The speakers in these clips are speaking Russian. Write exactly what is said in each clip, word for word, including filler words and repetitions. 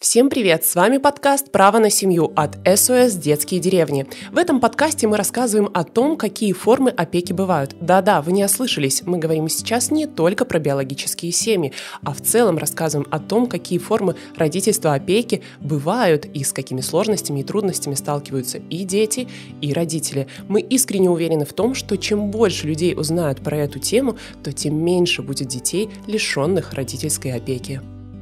Всем привет! С вами подкаст «Право на семью» от эс о эс «Детские деревни». В этом подкасте мы рассказываем о том, какие формы опеки бывают. Да-да, вы не ослышались, мы говорим сейчас не только про биологические семьи, а в целом рассказываем о том, какие формы родительства опеки бывают и с какими сложностями и трудностями сталкиваются и дети, и родители. Мы искренне уверены в том, что чем больше людей узнают про эту тему, то тем меньше будет детей, лишенных родительской опеки.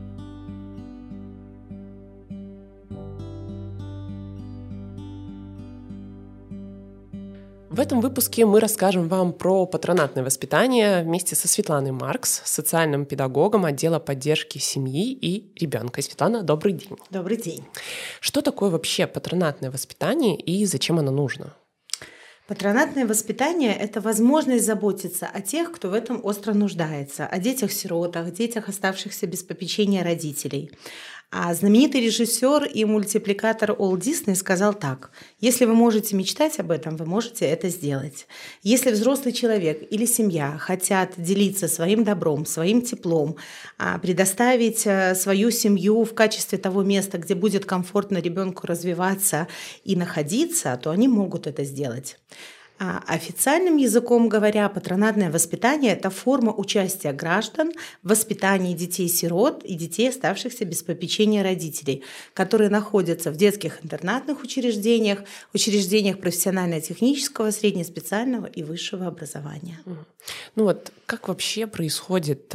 В этом выпуске мы расскажем вам про патронатное воспитание вместе со Светланой Маркс, социальным педагогом отдела поддержки семьи и ребенка. Светлана, добрый день. Добрый день. Что такое вообще патронатное воспитание и зачем оно нужно? Патронатное воспитание – это возможность заботиться о тех, кто в этом остро нуждается, о детях-сиротах, детях, оставшихся без попечения родителей. А знаменитый режиссер и мультипликатор Уолт Дисней сказал так: «Если вы можете мечтать об этом, вы можете это сделать. Если взрослый человек или семья хотят делиться своим добром, своим теплом, предоставить свою семью в качестве того места, где будет комфортно ребенку развиваться и находиться, то они могут это сделать». А официальным языком говоря, патронатное воспитание – это форма участия граждан в воспитании детей-сирот и детей, оставшихся без попечения родителей, которые находятся в детских интернатных учреждениях, учреждениях профессионально-технического, среднеспециального и высшего образования. Ну вот как вообще происходит,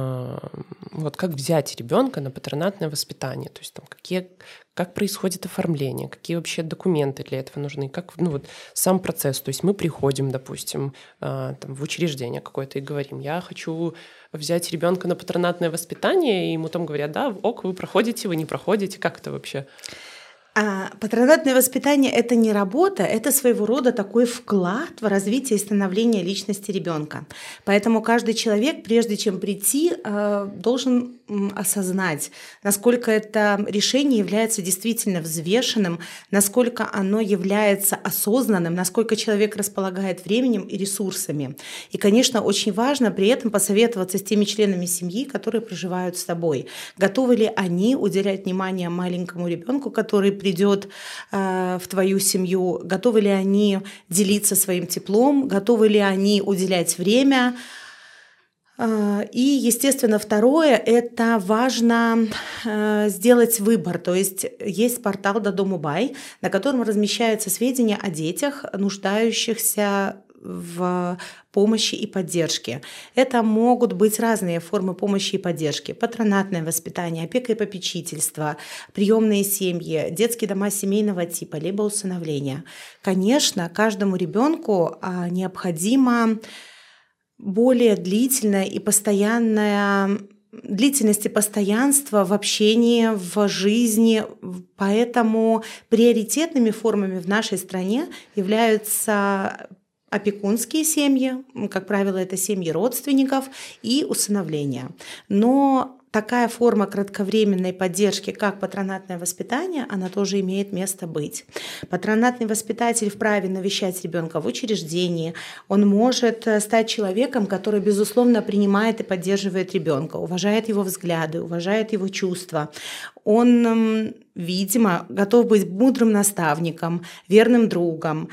вот как взять ребенка на патронатное воспитание? То есть там какие, как происходит оформление, какие вообще документы для этого нужны, как, ну вот сам процесс. То есть мы приходим, допустим, там, в учреждение какое-то и говорим: я хочу взять ребенка на патронатное воспитание, и ему там говорят: да, ок, вы проходите, вы не проходите, как это вообще? А патронатное воспитание – это не работа, это своего рода такой вклад в развитие и становление личности ребенка. Поэтому каждый человек, прежде чем прийти, должен осознать, насколько это решение является действительно взвешенным, насколько оно является осознанным, насколько человек располагает временем и ресурсами. И, конечно, очень важно при этом посоветоваться с теми членами семьи, которые проживают с тобой. Готовы ли они уделять внимание маленькому ребенку, который придет э, в твою семью, готовы ли они делиться своим теплом, готовы ли они уделять время. И, естественно, второе, это важно э, сделать выбор. То есть есть портал Додомубай, на котором размещаются сведения о детях, нуждающихся в помощи и поддержке. Это могут быть разные формы помощи и поддержки: патронатное воспитание, опека и попечительство, приемные семьи, детские дома семейного типа, либо усыновление. Конечно, каждому ребенку необходимо более длительная и постоянная длительность и постоянство в общении, в жизни. Поэтому приоритетными формами в нашей стране являются опекунские семьи, как правило, это семьи родственников, и усыновление. Но такая форма кратковременной поддержки, как патронатное воспитание, она тоже имеет место быть. Патронатный воспитатель вправе навещать ребенка в учреждении. Он может стать человеком, который, безусловно, принимает и поддерживает ребенка, уважает его взгляды, уважает его чувства. Он, видимо, готов быть мудрым наставником, верным другом.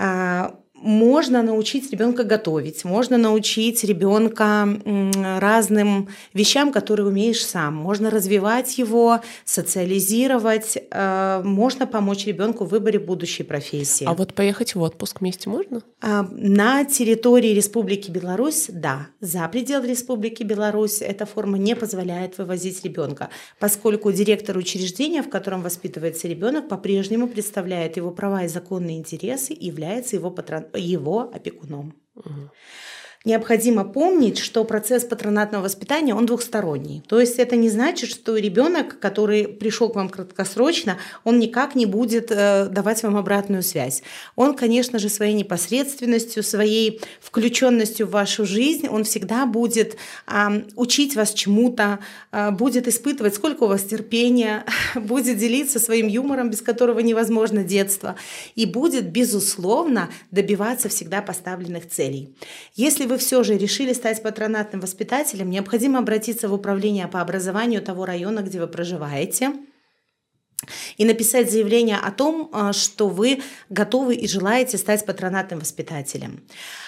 Можно научить ребенка готовить, можно научить ребенка разным вещам, которые умеешь сам. Можно развивать его, социализировать, можно помочь ребенку в выборе будущей профессии. А вот поехать в отпуск вместе можно? На территории Республики Беларусь, да. За пределы Республики Беларусь эта форма не позволяет вывозить ребенка, поскольку директор учреждения, в котором воспитывается ребенок, по-прежнему представляет его права и законные интересы и является его патрон его опекуном. Угу. Необходимо помнить, что процесс патронатного воспитания, он двухсторонний. То есть это не значит, что ребенок, который пришел к вам краткосрочно, он никак не будет э, давать вам обратную связь. Он, конечно же, своей непосредственностью, своей включенностью в вашу жизнь, он всегда будет э, учить вас чему-то, э, будет испытывать, сколько у вас терпения, будет делиться своим юмором, без которого невозможно детство, и будет, безусловно, добиваться всегда поставленных целей. Если вы все же решили стать патронатным воспитателем, необходимо обратиться в управление по образованию того района, где вы проживаете, и написать заявление о том, что вы готовы и желаете стать патронатным воспитателем.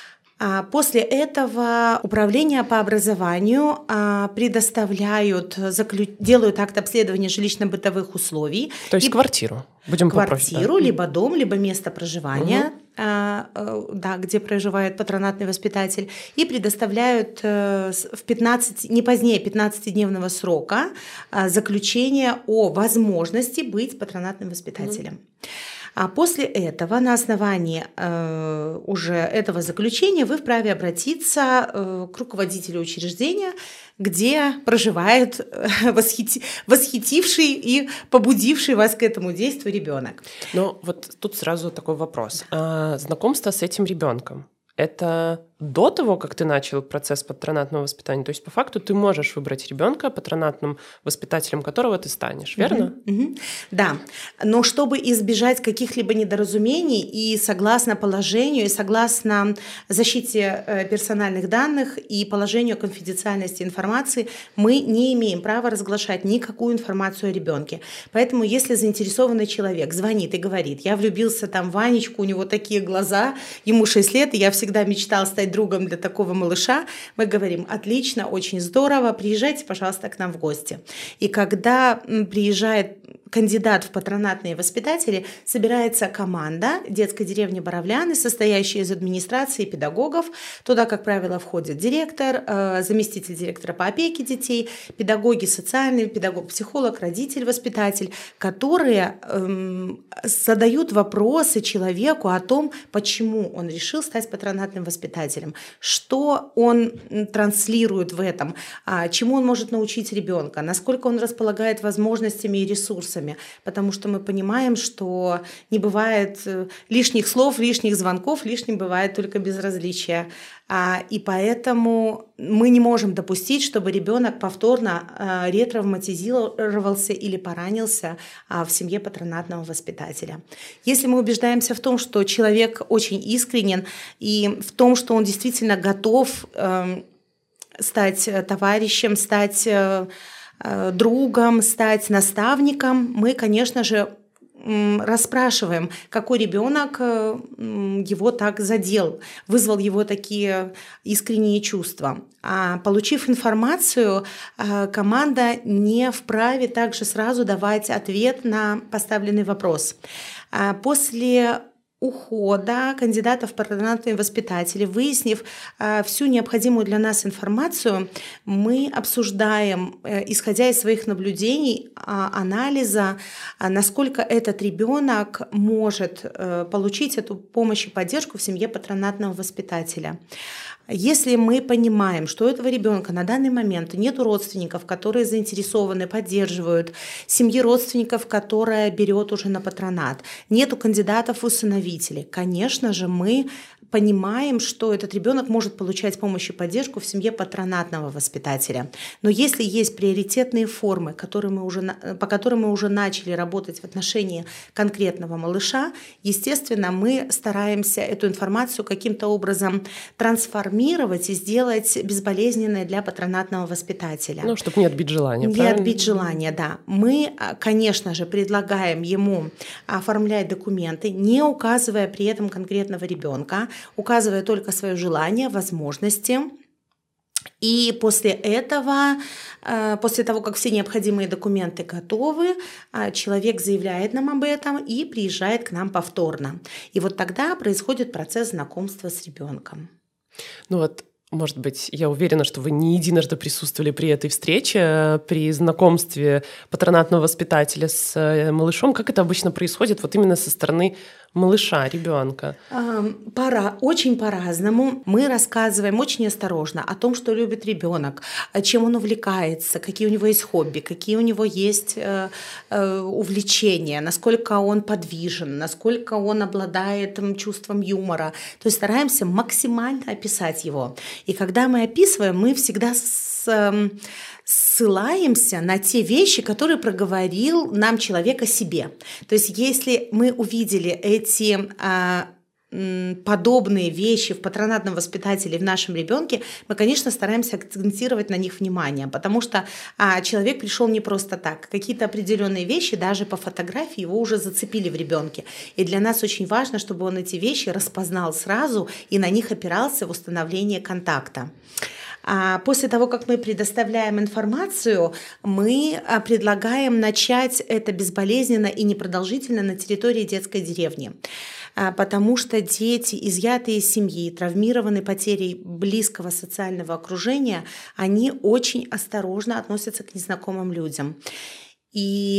После этого управление по образованию предоставляют, делают акт обследования жилищно-бытовых условий. То есть и квартиру. Будем квартиру, попроще, да? либо дом, либо место проживания, угу. да, где проживает патронатный воспитатель, и предоставляют в пятнадцать, не позднее пятнадцатидневного срока заключение о возможности быть патронатным воспитателем. Угу. А после этого, на основании э, уже этого заключения, вы вправе обратиться э, к руководителю учреждения, где проживает э, восхити, восхитивший и побудивший вас к этому действию ребенок. Но вот тут сразу такой вопрос. А, знакомство с этим ребенком — это до того, как ты начал процесс патронатного воспитания? То есть, по факту, ты можешь выбрать ребенка патронатным воспитателем которого ты станешь, верно? Угу, угу. Да, но чтобы избежать каких-либо недоразумений и согласно положению, и согласно защите персональных данных и положению о конфиденциальности информации, мы не имеем права разглашать никакую информацию о ребенке. Поэтому, если заинтересованный человек звонит и говорит: я влюбился там в Ванечку, у него такие глаза, ему шесть лет, и я всегда мечтал стать другом для такого малыша, мы говорим: отлично, очень здорово, приезжайте, пожалуйста, к нам в гости. И когда приезжает кандидат в патронатные воспитатели, собирается команда детской деревни Боровляны, состоящая из администрации и педагогов. Туда, как правило, входит директор, заместитель директора по опеке детей, педагоги социальные, педагог-психолог, родитель-воспитатель, которые эм, задают вопросы человеку о том, почему он решил стать патронатным воспитателем, что он транслирует в этом, чему он может научить ребенка, насколько он располагает возможностями и ресурсами. Потому что мы понимаем, что не бывает лишних слов, лишних звонков, лишним бывает только безразличие. И поэтому мы не можем допустить, чтобы ребенок повторно ретравматизировался или поранился в семье патронатного воспитателя. Если мы убеждаемся в том, что человек очень искренен и в том, что он действительно готов стать товарищем, стать другом, стать наставником, мы, конечно же, расспрашиваем, какой ребенок его так задел, вызвал его такие искренние чувства. А получив информацию, команда не вправе также сразу давать ответ на поставленный вопрос. После ухода кандидатов в патронатные воспитатели, выяснив э, всю необходимую для нас информацию, мы обсуждаем, э, исходя из своих наблюдений, э, анализа, э, насколько этот ребенок может э, получить эту помощь и поддержку в семье патронатного воспитателя. Если мы понимаем, что у этого ребенка на данный момент нет родственников, которые заинтересованы, поддерживают, семьи родственников, которая берет уже на патронат, нету кандидатов-усыновителей, конечно же, мы понимаем, что этот ребенок может получать помощь и поддержку в семье патронатного воспитателя. Но если есть приоритетные формы, которые мы уже, по которым мы уже начали работать в отношении конкретного малыша, естественно, мы стараемся эту информацию каким-то образом трансформировать и сделать безболезненной для патронатного воспитателя. Ну, чтобы не отбить желание. Не правильно? отбить желание, да. Мы, конечно же, предлагаем ему оформлять документы, не указывая при этом конкретного ребенка, указывая только свое желание, возможности. И после этого, после того, как все необходимые документы готовы, человек заявляет нам об этом и приезжает к нам повторно. И вот тогда происходит процесс знакомства с ребенком. Ну вот, может быть, я уверена, что вы не единожды присутствовали при этой встрече, при знакомстве патронатного воспитателя с малышом. Как это обычно происходит вот именно со стороны малыша, ребенка? Пора, очень по-разному. Мы рассказываем очень осторожно о том, что любит ребенок, чем он увлекается, какие у него есть хобби, какие у него есть увлечения, насколько он подвижен, насколько он обладает чувством юмора. То есть стараемся максимально описать его. И когда мы описываем, мы всегда с... ссылаемся на те вещи, которые проговорил нам человек о себе. То есть если мы увидели эти а, подобные вещи в патронатном воспитателе в нашем ребенке, мы, конечно, стараемся акцентировать на них внимание, потому что а, человек пришел не просто так. Какие-то определенные вещи даже по фотографии его уже зацепили в ребенке. И для нас очень важно, чтобы он эти вещи распознал сразу и на них опирался в установлении контакта. После того, как мы предоставляем информацию, мы предлагаем начать это безболезненно и непродолжительно на территории детской деревни. Потому что дети, изъятые из семьи, травмированные потерей близкого социального окружения, они очень осторожно относятся к незнакомым людям. И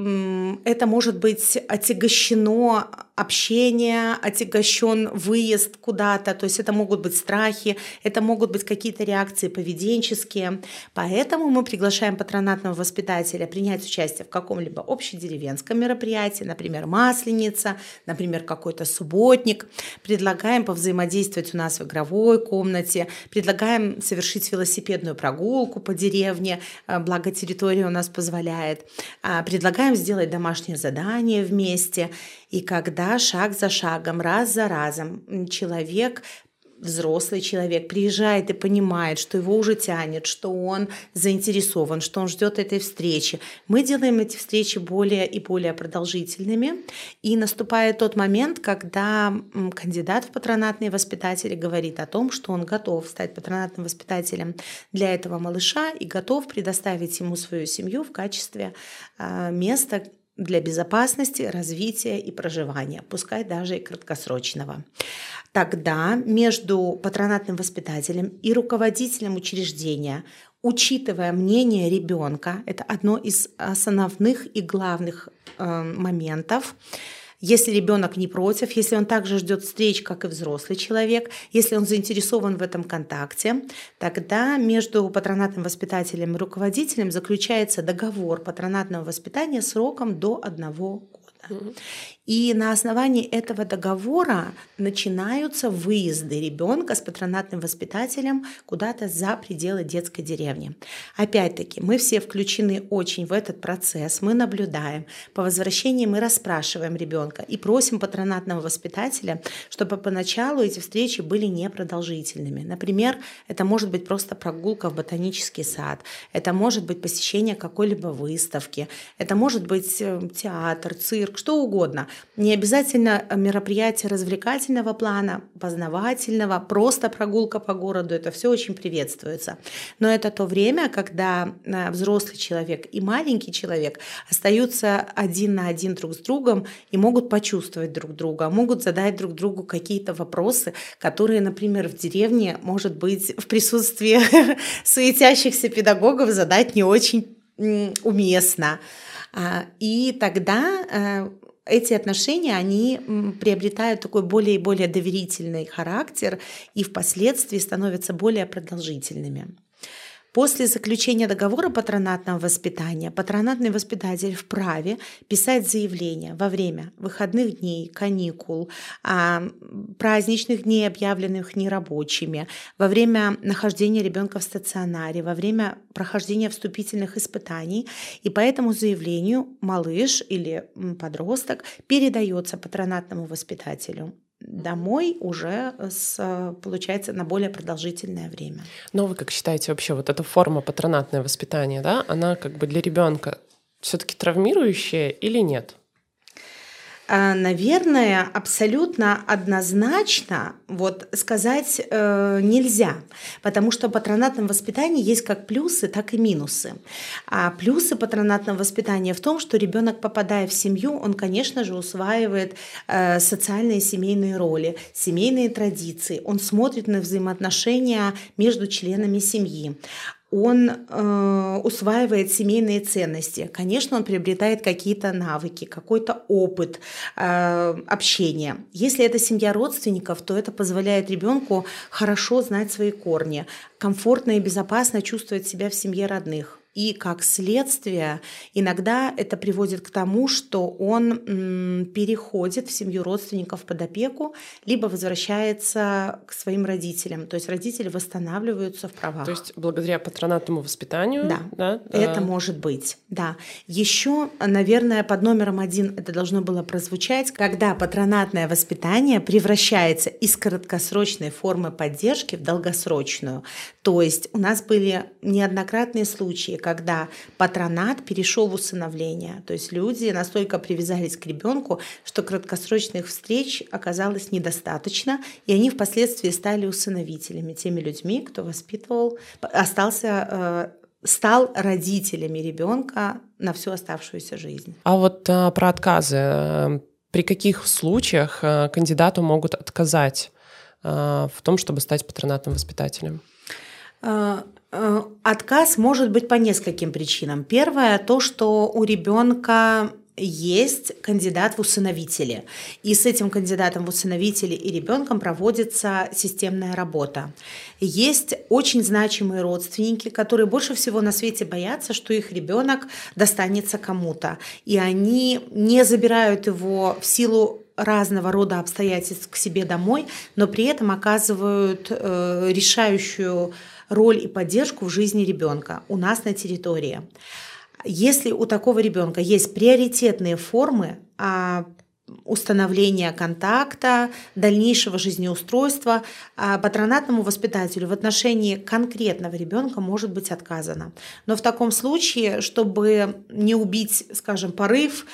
это может быть отягощено общение, отягощен выезд куда-то, то есть это могут быть страхи, это могут быть какие-то реакции поведенческие. Поэтому мы приглашаем патронатного воспитателя принять участие в каком-либо общедеревенском мероприятии, например, Масленица, например, какой-то субботник. Предлагаем повзаимодействовать у нас в игровой комнате, предлагаем совершить велосипедную прогулку по деревне, благо территория у нас позволяет. Предлагаем сделать домашнее задание вместе. И когда шаг за шагом, раз за разом человек, взрослый человек приезжает и понимает, что его уже тянет, что он заинтересован, что он ждет этой встречи, мы делаем эти встречи более и более продолжительными. И наступает тот момент, когда кандидат в патронатные воспитатели говорит о том, что он готов стать патронатным воспитателем для этого малыша и готов предоставить ему свою семью в качестве места для безопасности, развития и проживания, пускай даже и краткосрочного. Тогда между патронатным воспитателем и руководителем учреждения, учитывая мнение ребенка, это одно из основных и главных э, моментов. Если ребенок не против, если он также ждет встреч, как и взрослый человек, если он заинтересован в этом контакте, тогда между патронатным воспитателем и руководителем заключается договор патронатного воспитания сроком до одного года. И на основании этого договора начинаются выезды ребенка с патронатным воспитателем куда-то за пределы детской деревни. Опять-таки, мы все включены очень в этот процесс, мы наблюдаем. По возвращении мы расспрашиваем ребенка и просим патронатного воспитателя, чтобы поначалу эти встречи были непродолжительными. Например, это может быть просто прогулка в ботанический сад, это может быть посещение какой-либо выставки, это может быть театр, цирк, что угодно. Не обязательно мероприятие развлекательного плана, познавательного, просто прогулка по городу, это все очень приветствуется. Но это то время, когда взрослый человек и маленький человек остаются один на один друг с другом и могут почувствовать друг друга, могут задать друг другу какие-то вопросы, которые, например, в деревне, может быть, в присутствии суетящихся педагогов задать не очень уместно. И тогда эти отношения, они приобретают такой более и более доверительный характер и впоследствии становятся более продолжительными. После заключения договора патронатного воспитания патронатный воспитатель вправе писать заявление во время выходных дней, каникул, праздничных дней, объявленных нерабочими, во время нахождения ребенка в стационаре, во время прохождения вступительных испытаний. И по этому заявлению малыш или подросток передается патронатному воспитателю домой уже, с, получается, на более продолжительное время. Но вы как считаете вообще, вот эта форма патронатное воспитание, да, она как бы для ребенка все-таки травмирующая или нет? Наверное, абсолютно однозначно вот сказать э, нельзя, потому что в патронатном воспитании есть как плюсы, так и минусы. А плюсы патронатного воспитания в том, что ребенок, попадая в семью, он, конечно же, усваивает э, социальные семейные роли, семейные традиции, он смотрит на взаимоотношения между членами семьи. Он э, усваивает семейные ценности. Конечно, он приобретает какие-то навыки, какой-то опыт э, общения. Если это семья родственников, то это позволяет ребенку хорошо знать свои корни, комфортно и безопасно чувствовать себя в семье родных. И как следствие, иногда это приводит к тому, что он м, переходит в семью родственников под опеку, либо возвращается к своим родителям. То есть родители восстанавливаются в правах. То есть благодаря патронатному воспитанию? Да, да это а... может быть, да. Еще, наверное, под номером один это должно было прозвучать, когда патронатное воспитание превращается из краткосрочной формы поддержки в долгосрочную. То есть у нас были неоднократные случаи, когда патронат перешел в усыновление. То есть люди настолько привязались к ребенку, что краткосрочных встреч оказалось недостаточно, и они впоследствии стали усыновителями, теми людьми, кто воспитывал, остался, стал родителями ребенка на всю оставшуюся жизнь. А вот а, про отказы. При каких случаях а, кандидату могут отказать а, в том, чтобы стать патронатным воспитателем? Отказ может быть по нескольким причинам. Первое, то, что у ребенка есть кандидат в усыновители, и с этим кандидатом в усыновители и ребенком проводится системная работа. Есть очень значимые родственники, которые больше всего на свете боятся, что их ребенок достанется кому-то, и они не забирают его в силу разного рода обстоятельств к себе домой, но при этом оказывают э, решающую роль и поддержку в жизни ребенка у нас на территории. Если у такого ребенка есть приоритетные формы а, установления контакта, дальнейшего жизнеустройства, а, патронатному воспитателю в отношении конкретного ребенка может быть отказано. Но в таком случае, чтобы не убить, скажем, порыв,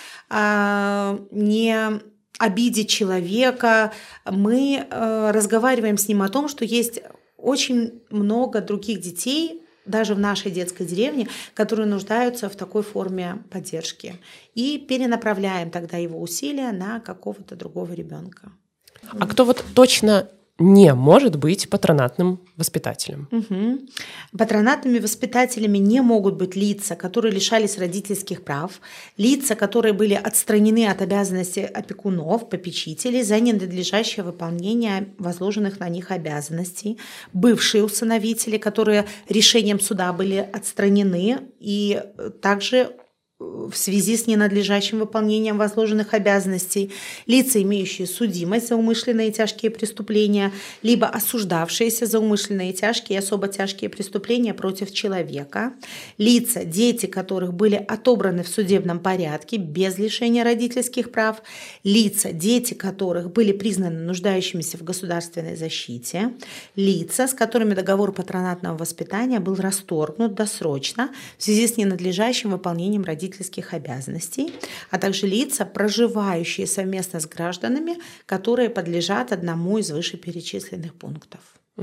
а, не обидеть человека, мы а, разговариваем с ним о том, что есть очень много других детей, даже в нашей детской деревне, которые нуждаются в такой форме поддержки. И перенаправляем тогда его усилия на какого-то другого ребенка. А кто вот точно не может быть патронатным воспитателем? Угу. Патронатными воспитателями не могут быть лица, которые лишались родительских прав, лица, которые были отстранены от обязанностей опекунов, попечителей за ненадлежащее выполнение возложенных на них обязанностей, бывшие усыновители, которые решением суда были отстранены и также в связи с ненадлежащим выполнением возложенных обязанностей, лица, имеющие судимость за умышленные и тяжкие преступления, либо осуждавшиеся за умышленные, тяжкие и особо тяжкие преступления против человека, лица, дети которых были отобраны в судебном порядке без лишения родительских прав, лица, дети которых были признаны нуждающимися в государственной защите, лица, с которыми договор патронатного воспитания был расторгнут досрочно в связи с ненадлежащим выполнением родительских обязанностей, а также лица, проживающие совместно с гражданами, которые подлежат одному из вышеперечисленных пунктов.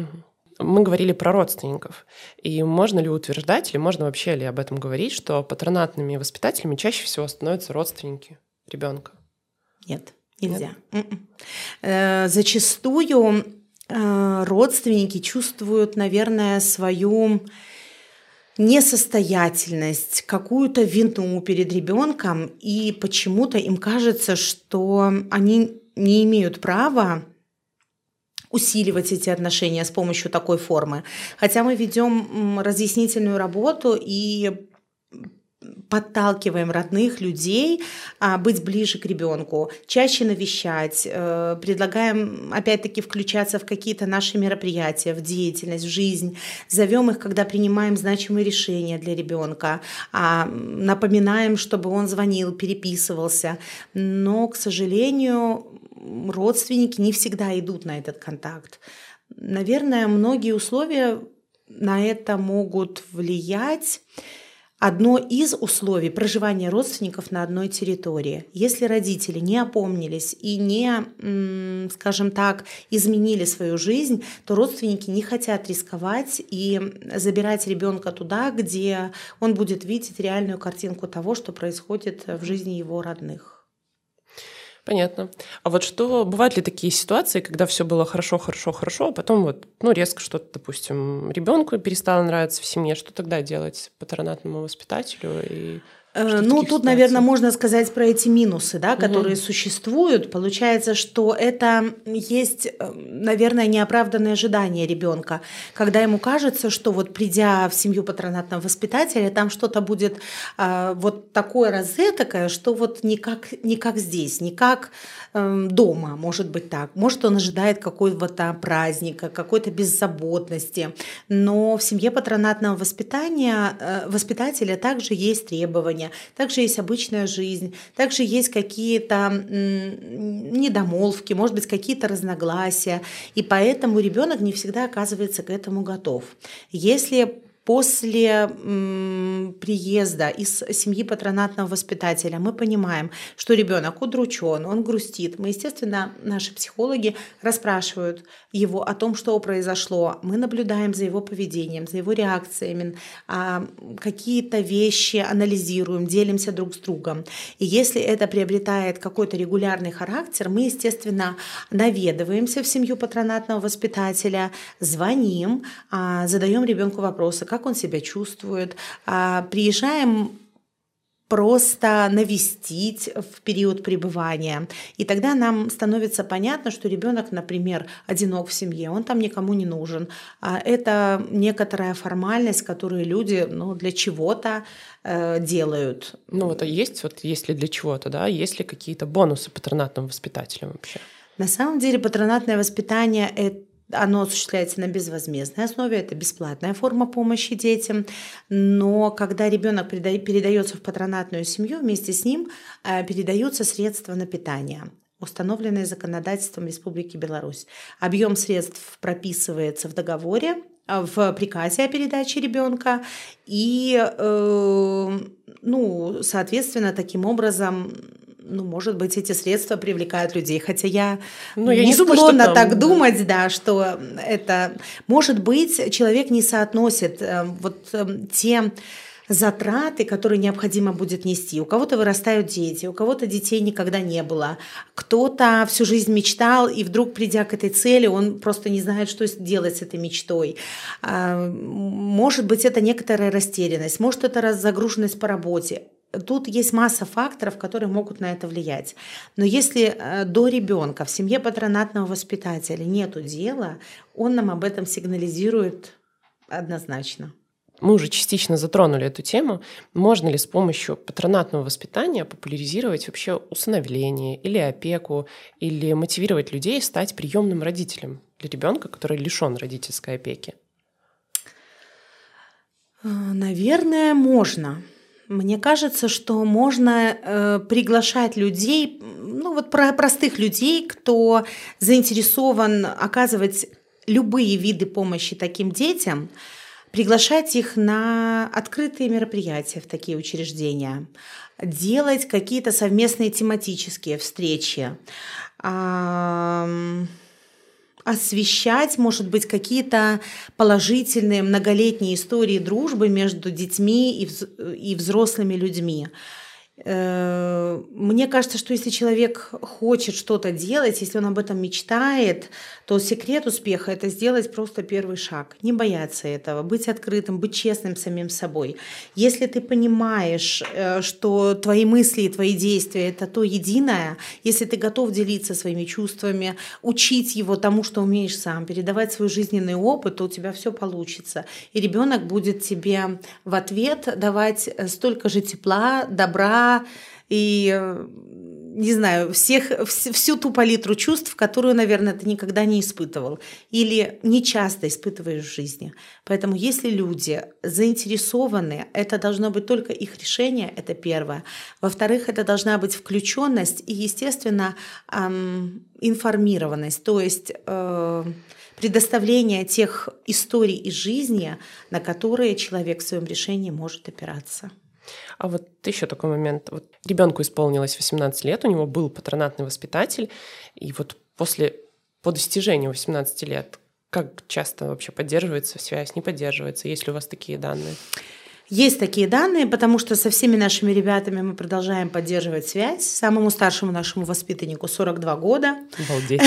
Мы говорили про родственников. И можно ли утверждать, или можно вообще ли об этом говорить, что патронатными воспитателями чаще всего становятся родственники ребенка? Нет, нельзя. Нет? Зачастую родственники чувствуют, наверное, свою несостоятельность, какую-то вину перед ребенком, и почему-то им кажется, что они не имеют права усиливать эти отношения с помощью такой формы. Хотя мы ведем разъяснительную работу и подталкиваем родных людей а, быть ближе к ребенку, чаще навещать, э, предлагаем опять-таки включаться в какие-то наши мероприятия, в деятельность, в жизнь, зовем их, когда принимаем значимые решения для ребенка, а, напоминаем, чтобы он звонил, переписывался. Но, к сожалению, родственники не всегда идут на этот контакт. Наверное, многие условия на это могут влиять. Одно из условий проживания родственников на одной территории. Если родители не опомнились и не, скажем так, изменили свою жизнь, то родственники не хотят рисковать и забирать ребенка туда, где он будет видеть реальную картинку того, что происходит в жизни его родных. Понятно. А вот что, бывают ли такие ситуации, когда все было хорошо, хорошо, хорошо, а потом вот, ну, резко что-то, допустим, ребенку перестало нравиться в семье, что тогда делать патронатному воспитателю и Ну, тут, наверное, можно сказать про эти минусы, да, которые угу. существуют. Получается, что это есть, наверное, неоправданное ожидание ребенка, когда ему кажется, что вот придя в семью патронатного воспитателя, там что-то будет а, вот такое розетокое, что вот не как, не как здесь, не как э, дома, может быть так. Может, он ожидает какого-то праздника, какой-то беззаботности. Но в семье патронатного воспитания, э, воспитателя также есть требования. Также есть обычная жизнь, также есть какие-то недомолвки, может быть, какие-то разногласия, и поэтому ребенок не всегда оказывается к этому готов. Если после м, приезда из семьи патронатного воспитателя мы понимаем, что ребенок удручен, он грустит, мы, естественно, наши психологи расспрашивают его о том, что произошло. Мы наблюдаем за его поведением, за его реакциями, а, какие-то вещи анализируем, делимся друг с другом. И если это приобретает какой-то регулярный характер, мы, естественно, наведываемся в семью патронатного воспитателя, звоним, а, задаем ребенку вопросы, как он себя чувствует, приезжаем просто навестить в период пребывания. И тогда нам становится понятно, что ребенок, например, одинок в семье, он там никому не нужен. Это некоторая формальность, которую люди ну, для чего-то э, делают. Ну вот а есть, вот если для чего-то, да, есть ли какие-то бонусы патронатным воспитателям вообще? На самом деле патронатное воспитание – это оно осуществляется на безвозмездной основе, это бесплатная форма помощи детям, но когда ребенок передается в патронатную семью, вместе с ним передаются средства на питание, установленные законодательством Республики Беларусь. Объем средств прописывается в договоре, в приказе о передаче ребенка, и, э, ну, соответственно, таким образом. Ну, может быть, эти средства привлекают людей. Хотя я, ну, я не склонна думаю, так там, думать, да, что это... Может быть, человек не соотносит э, вот э, те затраты, которые необходимо будет нести. У кого-то вырастают дети, у кого-то детей никогда не было. Кто-то всю жизнь мечтал, и вдруг, придя к этой цели, он просто не знает, что делать с этой мечтой. Может быть, это некоторая растерянность, может, это загруженность по работе. Тут есть масса факторов, которые могут на это влиять. Но если до ребенка в семье патронатного воспитателя нету дела, он нам об этом сигнализирует однозначно. Мы уже частично затронули эту тему. Можно ли с помощью патронатного воспитания популяризировать вообще усыновление или опеку, или мотивировать людей стать приемным родителем для ребенка, который лишен родительской опеки? Наверное, можно. Мне кажется, что можно э, приглашать людей, ну вот про простых людей, кто заинтересован оказывать любые виды помощи таким детям, приглашать их на открытые мероприятия в такие учреждения, делать какие-то совместные тематические встречи, э, освещать, может быть, какие-то положительные многолетние истории дружбы между детьми и взрослыми людьми. Мне кажется, что если человек хочет что-то делать, если он об этом мечтает, то секрет успеха – это сделать просто первый шаг, не бояться этого, быть открытым, быть честным самим собой. Если ты понимаешь, что твои мысли и твои действия – это то единое, если ты готов делиться своими чувствами, учить его тому, что умеешь сам, передавать свой жизненный опыт, то у тебя все получится. И ребенок будет тебе в ответ давать столько же тепла, добра, и, не знаю, всех, всю ту палитру чувств, которую, наверное, ты никогда не испытывал или не часто испытываешь в жизни. Поэтому если люди заинтересованы, это должно быть только их решение, это первое. Во-вторых, это должна быть включенность и, естественно, эм, информированность, то есть э, предоставление тех историй из жизни, на которые человек в своем решении может опираться. А вот еще такой момент. Вот ребенку исполнилось восемнадцать лет, у него был патронатный воспитатель, и вот после, по достижению восемнадцати лет, как часто вообще поддерживается связь, не поддерживается? Есть ли у вас такие данные? Есть такие данные, потому что со всеми нашими ребятами мы продолжаем поддерживать связь. Самому старшему нашему воспитаннику сорок два года. Обалдеть.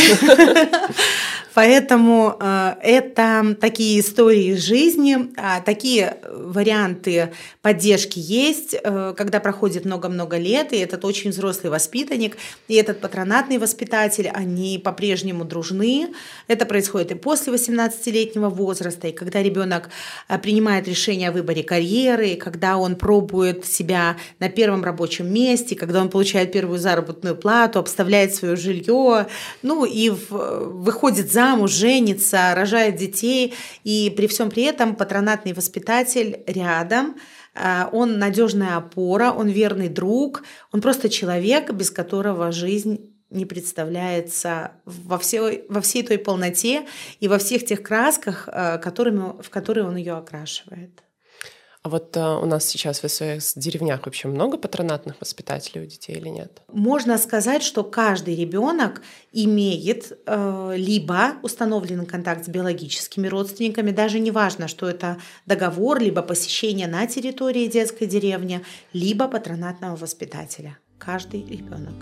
Поэтому э, это такие истории из жизни, а такие варианты поддержки есть, э, когда проходит много-много лет, и этот очень взрослый воспитанник, и этот патронатный воспитатель, они по-прежнему дружны. Это происходит и после восемнадцатилетнего возраста, и когда ребенок принимает решение о выборе карьеры, и когда он пробует себя на первом рабочем месте, когда он получает первую заработную плату, обставляет свое жилье, ну и в, выходит замуж, замуж, женится, рожает детей, и при всем при этом патронатный воспитатель рядом, он надежная опора, он верный друг, он просто человек, без которого жизнь не представляется во всей, во всей той полноте и во всех тех красках, которыми, в которые он ее окрашивает. А вот а, у нас сейчас в СОС деревнях вообще много патронатных воспитателей у детей или нет? Можно сказать, что каждый ребенок имеет э, либо установленный контакт с биологическими родственниками, даже не важно, что это договор, либо посещение на территории детской деревни, либо патронатного воспитателя. Каждый ребенок.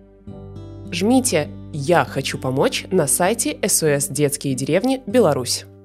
Жмите «Я хочу помочь» на сайте эс о эс «Детские деревни. Беларусь».